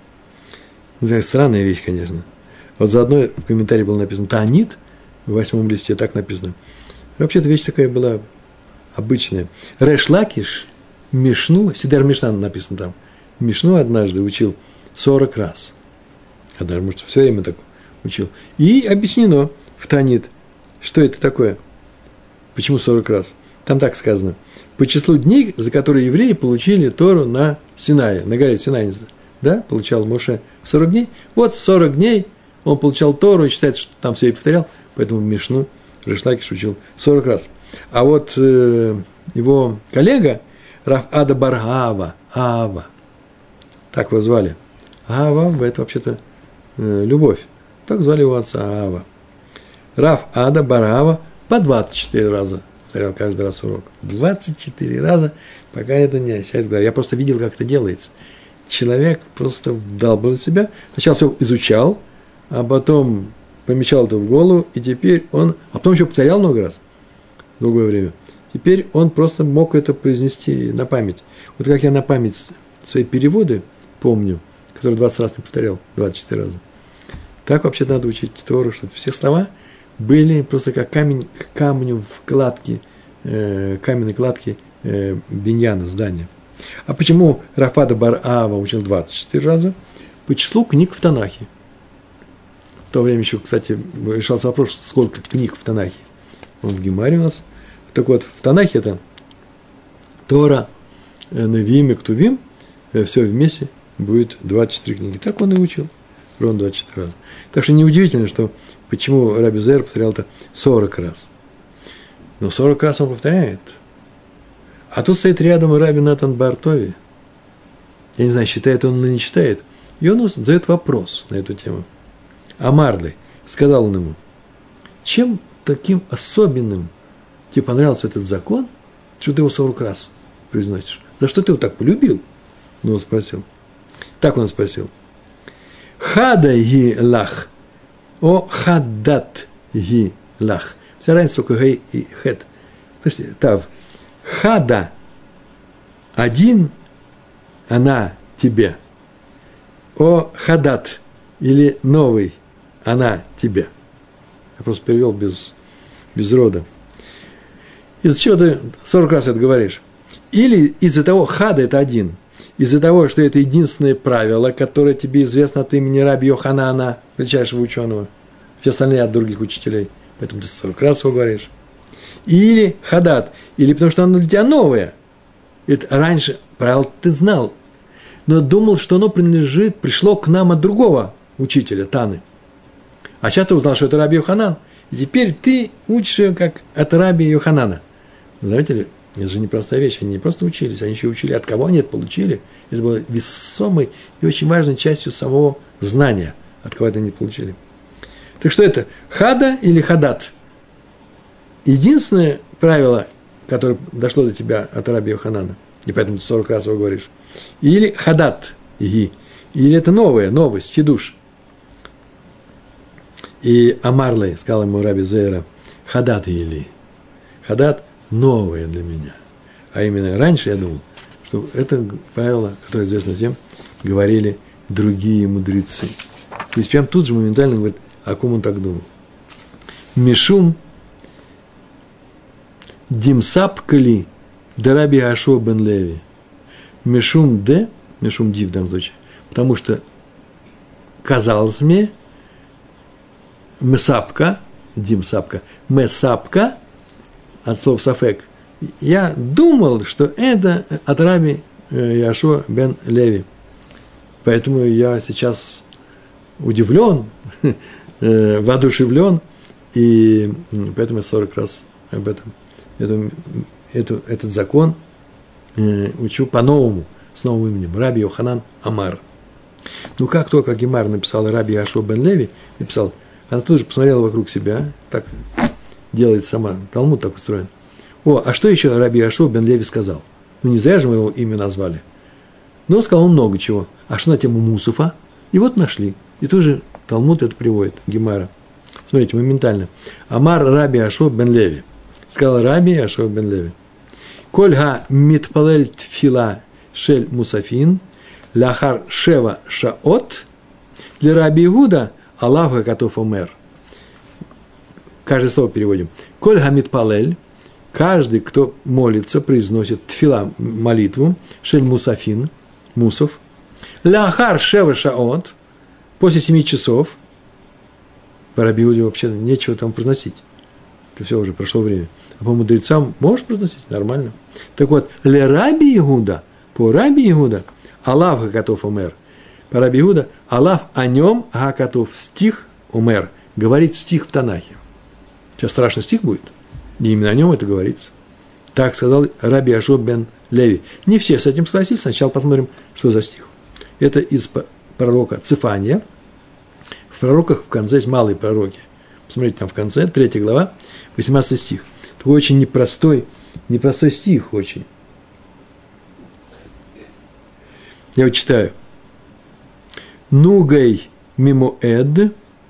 Это странная вещь, конечно. Вот заодно в комментарии было написано «Таанит», в восьмом листе так написано. Вообще-то вещь такая была обычная. Реш Лакиш, Мишну, Сидер Мишна написано там, Мишну однажды учил сорок раз. А даже, может, все время так учил. И объяснено в Таанит, что это такое. Почему сорок раз? Там так сказано. По числу дней, за которые евреи получили Тору на Синае, на горе Синай, да, получал Моше сорок дней. Вот сорок дней он получал Тору, и считается, что там все и повторял, поэтому Мишну Реш Лакиш учил сорок раз. А вот э, его коллега Рав Ада бар Ава, Ава, так его звали. Ава, это вообще-то э, любовь. Так звали его отца Ава. Рав Ада бар Ава по двадцать четыре раза повторял каждый раз урок. двадцать четыре раза, пока это не осядет в голове. Я просто видел, как это делается. Человек просто вдалбливал себя. Сначала все изучал, а потом помечал это в голову, и теперь он... А потом еще повторял много раз, в другое время. Теперь он просто мог это произнести на память. Вот как я на память свои переводы помню, которые двадцать раз не повторял, двадцать четыре раза. Так вообще надо учить Тору, чтобы все слова были просто как камень к камню в кладке, э, каменной кладке э, биньяна, здания. А почему Рав Ада бар Ава учил двадцать четыре раза? По числу книг в Танахе. В то время еще, кстати, решался вопрос, сколько книг в Танахе. Он в Гемаре у нас. Так вот, в Танахе это Тора, Невиим и Ктувим, все вместе будет двадцать четыре книги. Так он и учил. Ровно двадцать четыре раза. Так что неудивительно, что почему Раби Зеэр повторял это сорок раз. Но сорок раз он повторяет. А тут стоит рядом Раби Натан Бартови. Я не знаю, считает он или не считает. И он задает вопрос на эту тему. Амарлы, сказал он ему, чем таким особенным тебе понравился этот закон, что ты его сорок раз произносишь? За что ты его так полюбил? Ну, он спросил. Так он спросил. Хада ги лах. О хаддат ги лах. Вся разница только гей и хет. Слышите, тав. Хада. Один. Она тебе. О хадат. Или новый. Она тебе. Я просто перевел без, без рода. Из-за чего ты сорок раз это говоришь? Или из-за того, хада – это один. Из-за того, что это единственное правило, которое тебе известно от имени Раби Йоханана, величайшего ученого. Все остальные от других учителей. Поэтому ты сорок раз его говоришь. Или хадат. Или потому что оно для тебя новое. Это раньше правило ты знал. Но думал, что оно принадлежит, пришло к нам от другого учителя, Таны. А сейчас ты узнал, что это Раби Йоханан. И теперь ты учишь ее как от Раби Йоханана. Знаете ли, это же непростая вещь. Они не просто учились, они еще учили, от кого они это получили. Это было весомой и очень важной частью самого знания, от кого это они получили. Так что это? Хада или хадат? Единственное правило, которое дошло до тебя от Раби Йоханана, и поэтому ты сорок раз его говоришь. Или хадат, или это новое, новость, хидуш. И Амарлей, сказал ему Раби Зеэра, хадат или. Хадат новое для меня. А именно раньше я думал, что это правило, которое известно всем, говорили другие мудрецы. То есть прям тут же моментально говорит, о ком он так думал. Мишум димсапкали да Раби Ашуа бен Леви. Мишум де, мишум ди в данном случае, потому что казалось мне, месапка, димсапка, месапка, от слов сафек, я думал, что это от Раби Яшуа бен Леви. Поэтому я сейчас удивлен, воодушевлен, и поэтому я сорок раз об этом, эту, эту, этот закон учу по-новому, с новым именем, Раби Йоханан Амар. Ну, как только Гемар написал Раби Яшуа бен Леви, написал, она тут же посмотрела вокруг себя, так делает сама, Талмуд так устроен. О, а что еще Раби Яшуа бен Леви сказал? Ну, не зря же мы его имя назвали. Но он сказал много чего. А что на тему Мусафа? И вот нашли. И тоже Талмуд это приводит, Гемара. Смотрите, моментально. Амар Раби Яшуа бен Леви. Сказал Раби Яшуа бен Леви. Коль ха митпалель тфила шель мусафин ляхар шева шаот для Раби Игуда Аллах готов умер. Каждое слово переводим. Коль ха митпалель, каждый, кто молится, произносит тфила, молитву, шель мусафин, мусов, ляхар шева шаот, после семи часов, по Раби Игуде вообще нечего там произносить. Это все, уже прошло время. А по мудрецам можешь произносить? Нормально. Так вот, ле Раби Игуда, по Раби Игуда, Аллах готов умер. По Раби Игуда, Аллах о нем готов стих умер. Говорит стих в Танахе. Сейчас страшный стих будет. И именно о нем это говорится. Так сказал Раби Яшуа бен Леви. Не все с этим согласились. Сначала посмотрим, что за стих. Это из пророка Цефания. В пророках в конце есть малые пророки. Посмотрите, там в конце, третья глава, восемнадцатый стих. Такой очень непростой, непростой стих очень. Я его читаю. Нугай мимоэд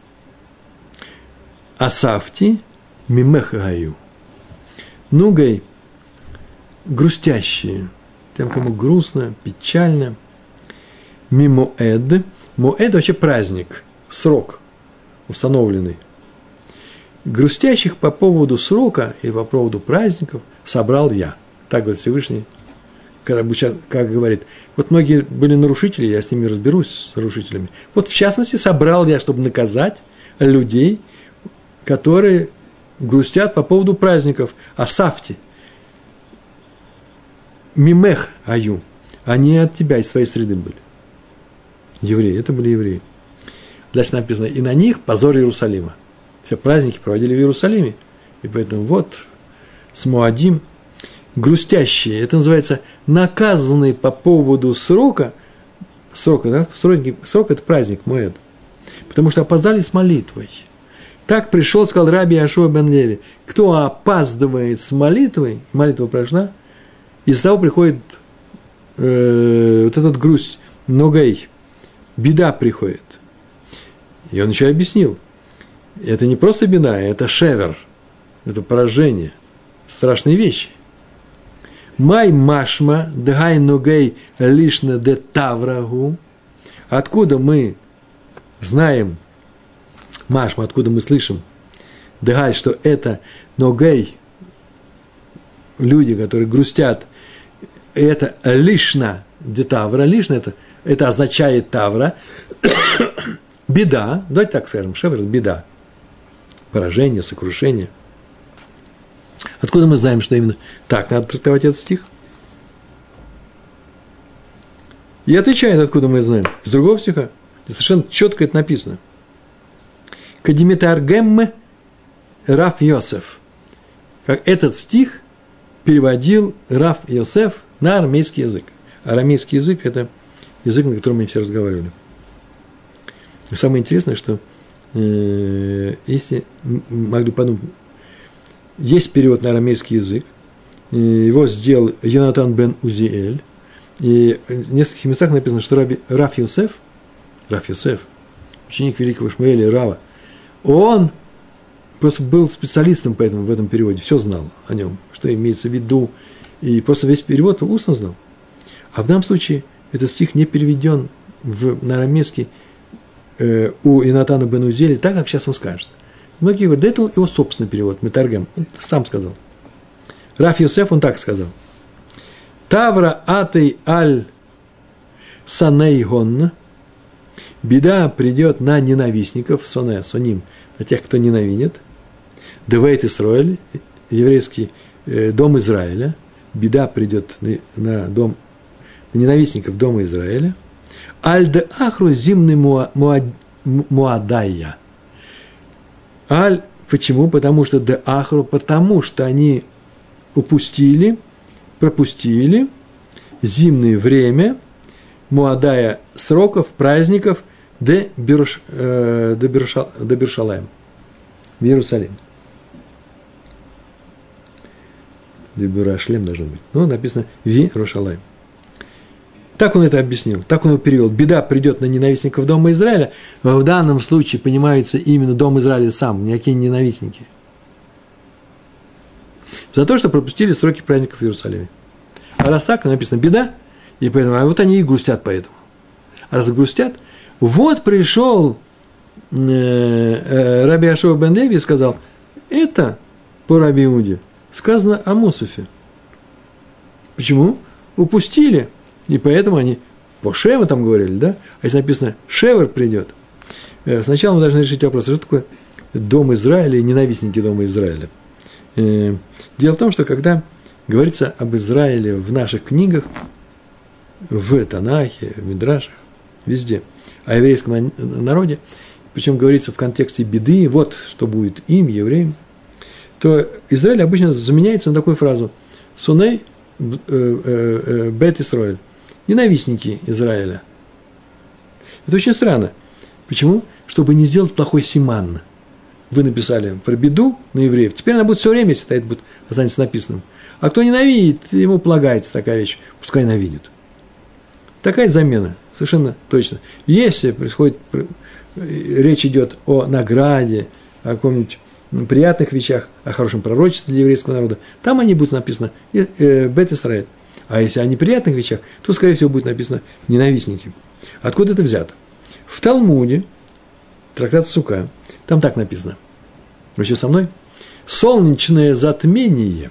асафти мимехагаю. Нугай грустящие, тем, кому грустно, печально. Мимоэд. Моэд вообще праздник, срок установленный. Грустящих по поводу срока и по поводу праздников собрал я. Так говорит Всевышний, когда, как говорит, вот многие были нарушители, я с ними разберусь, с нарушителями. Вот в частности собрал я, чтобы наказать людей, которые грустят по поводу праздников. Асафти. Мимех аю. Они от тебя, из своей среды были. Евреи, это были евреи. Дальше написано, и на них позор Иерусалима. Все праздники проводили в Иерусалиме. И поэтому вот с Моадим грустящие, это называется наказанные по поводу срока, срока, да, срок, срок это праздник Моэд, потому что опоздали с молитвой. Так пришел, сказал Раби Йошуа бен Леви, кто опаздывает с молитвой, молитва прошла, из-за того приходит э, вот этот грусть, ногей, беда приходит. И он еще объяснил, это не просто беда, это шевер, это поражение, страшные вещи. Май машма дгай ногей лишна де таврагу. Откуда мы знаем, машма, откуда мы слышим, дгай, что это ногей, люди, которые грустят, это лишна де тавра, лишна это, это означает тавра, беда, давайте так скажем, шевер – беда, поражение, сокрушение. Откуда мы знаем, что именно так надо трактовать этот стих? И отвечает, откуда мы знаем. Из другого стиха. Совершенно четко это написано. Кадимитаргемме Раф Йосеф. Как этот стих переводил Раф Йосеф на арамейский язык. Арамейский язык – это язык, на котором мы все разговаривали. И самое интересное, что э, если могли подумать, есть перевод на арамейский язык, его сделал Йонатан бен Узиэль, и в нескольких местах написано, что Раби, Раф Йосеф, Раф Йосеф, ученик великого Шмуэля Рава, он просто был специалистом поэтому в этом переводе, все знал о нем, что имеется в виду, и просто весь перевод устно знал. А в данном случае этот стих не переведен в, на арамейский э, у Йонатана бен Узиэля так, как сейчас он скажет. Многие говорят, да это его собственный перевод, Метаргем, он сам сказал. Раф Йосеф, он так сказал. Тавра атей аль санейгон, беда придет на ненавистников, соне, соним, на тех, кто ненавидит. Девейт Исраэль, еврейский э, дом Израиля, беда придет на, на дом, на ненавистников дома Израиля. Аль де ахру зимный муадайя. Аль, почему? Потому что де ахру, потому что они упустили, пропустили зимнее время, муадая сроков, праздников, де Беруш, э, де Беруша, де Берушалаем, в Иерусалим. Де Берушлем должно быть. Ну, написано в Иерусалим. Так он это объяснил, так он его перевел. Беда придет на ненавистников дома Израиля. В данном случае понимается именно дом Израиля сам, никакие ненавистники. За то, что пропустили сроки праздников в Иерусалиме. А раз так, написано беда, и поэтому, а вот они и грустят поэтому. А раз грустят, вот пришел э, э, Раби Йошуа бен Леви и сказал, это по Раби Иуде сказано о Мусафе. Почему? Упустили. И поэтому они по Шеву там говорили, да? А если написано «Шевер придет», сначала мы должны решить вопрос, что такое дом Израиля и ненавистники дома Израиля. Дело в том, что когда говорится об Израиле в наших книгах, в Танахе, в Мидрашах, везде, о еврейском народе, причем говорится в контексте беды, вот что будет им, евреям, то Израиль обычно заменяется на такую фразу «Суней бет Исраэль», ненавистники Израиля. Это очень странно. Почему? Чтобы не сделать плохой симан. Вы написали про беду на евреев, теперь она будет все время, если это будет, останется написанным. А кто ненавидит, ему полагается такая вещь, пускай ненавидит. Такая замена, совершенно точно. Если происходит, речь идет о награде, о каком-нибудь приятных вещах, о хорошем пророчестве для еврейского народа, там они будут написаны «Бет Исраэль». А если о неприятных вещах, то, скорее всего, будет написано «ненавистники». Откуда это взято? В Талмуде, трактат Сука, там так написано. Вы еще со мной? Солнечное затмение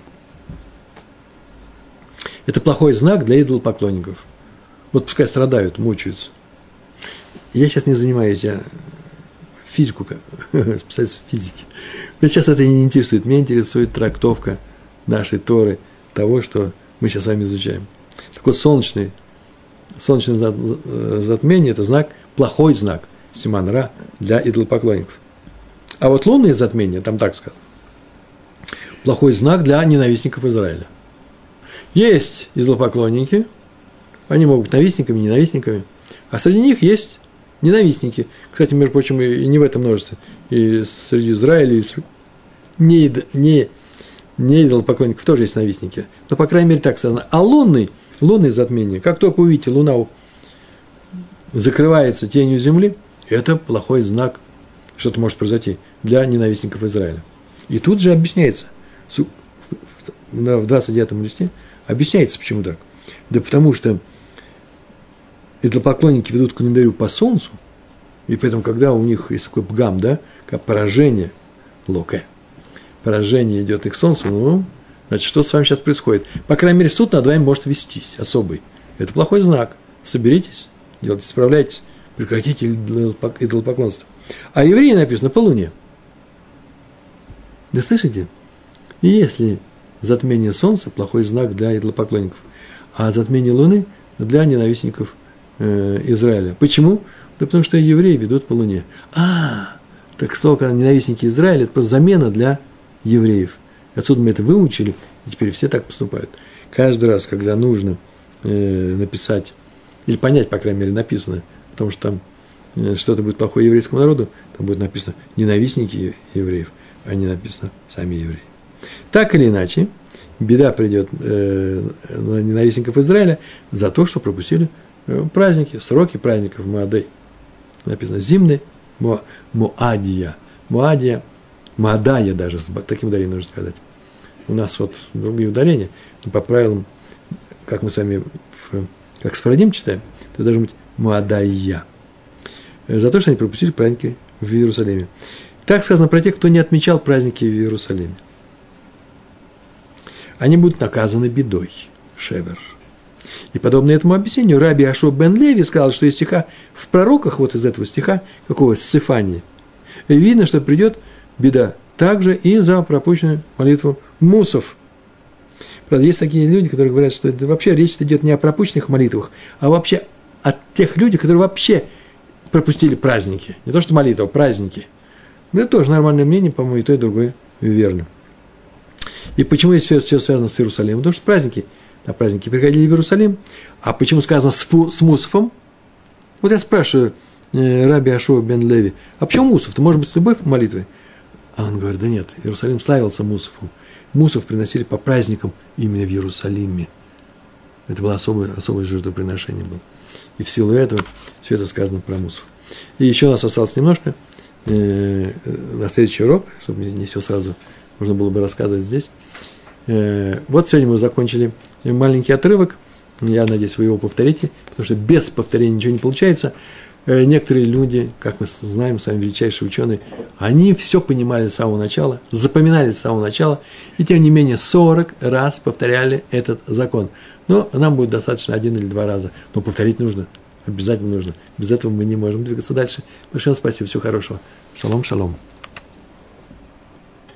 – это плохой знак для идолопоклонников. Вот пускай страдают, мучаются. Я сейчас не занимаюсь, я физику, специалист физики. Меня сейчас это не интересует. Меня интересует трактовка нашей Торы, того, что мы сейчас с вами изучаем. Так вот, солнечное солнечное затмение – это знак, плохой знак, симан ра, для идолопоклонников. А вот лунные затмения, там так сказано, плохой знак для ненавистников Израиля. Есть идолопоклонники, они могут быть ненавистниками, ненавистниками, а среди них есть ненавистники. Кстати, между прочим, и не в этом множестве, и среди Израиля, и не, не, не идолопоклонников тоже есть ненавистники. Но, по крайней мере, так сказано. А лунный, лунные затмения, как только увидите, луна закрывается тенью земли, это плохой знак, что-то может произойти для ненавистников Израиля. И тут же объясняется, в двадцать девятом листе, объясняется, почему так. Да потому что идолопоклонники ведут календарю по солнцу, и поэтому, когда у них есть такой пгам, да, как поражение, локе, поражение идет их к солнцу, ну, значит, что-то с вами сейчас происходит. По крайней мере, суд над вами может вестись особый. Это плохой знак. Соберитесь, делайте, справляйтесь, прекратите идолопоклонство. А евреи написано по луне. Да слышите? И если затмение солнца – плохой знак для идолопоклонников, а затмение луны – для ненавистников э, Израиля. Почему? Да потому что евреи ведут по луне. А, так столько ненавистники Израиля – это просто замена для евреев. Отсюда мы это выучили, и теперь все так поступают. Каждый раз, когда нужно э, написать, или понять, по крайней мере, написано, потому что там э, что-то будет плохое еврейскому народу, там будет написано «ненавистники евреев», а не написано «сами евреи». Так или иначе, беда придет э, на ненавистников Израиля за то, что пропустили э, праздники, сроки праздников Моадей. Написано «зимны мо, Моадия». Моадия, Моадая даже, с таким ударением нужно сказать. У нас вот другие ударения, по правилам, как мы с вами, в, как Сфарадим читаем, то должно быть Моадая. За то, что они пропустили праздники в Иерусалиме. Так сказано про тех, кто не отмечал праздники в Иерусалиме. Они будут наказаны бедой, шевер. И подобно этому объяснению, Раби Ашуа бен Леви сказал, что из стиха, в пророках, вот из этого стиха, какого Сефании, видно, что придет беда также и за пропущенную молитву мусов. Правда, есть такие люди, которые говорят, что это вообще речь идет не о пропущенных молитвах, а вообще о тех людях, которые вообще пропустили праздники. Не то, что молитва, а праздники. Это тоже нормальное мнение, по-моему, и то, и другое верно. И почему здесь все, все связано с Иерусалимом? Потому что праздники, на праздники приходили в Иерусалим. А почему сказано с, фу, с Мусофом? Вот я спрашиваю э, Раби Ашуа бен Леви, а почему Мусоф? Ты может быть с любой молитвой? А он говорит, да нет, Иерусалим славился Мусофом. Мусов приносили по праздникам именно в Иерусалиме. Это было особое, особое жертвоприношение было. И в силу этого все это сказано про Мусов. И еще у нас осталось немножко э, на следующий урок, чтобы не все сразу можно было бы рассказывать здесь. Э, вот сегодня мы закончили маленький отрывок. Я надеюсь, вы его повторите, потому что без повторения ничего не получается. Э, некоторые люди, как мы знаем, сами величайшие ученые, они все понимали с самого начала, запоминали с самого начала, и тем не менее сорок раз повторяли этот закон. Но нам будет достаточно один или два раза. Но повторить нужно, обязательно нужно. Без этого мы не можем двигаться дальше. Большое спасибо, всего хорошего. Шалом, шалом.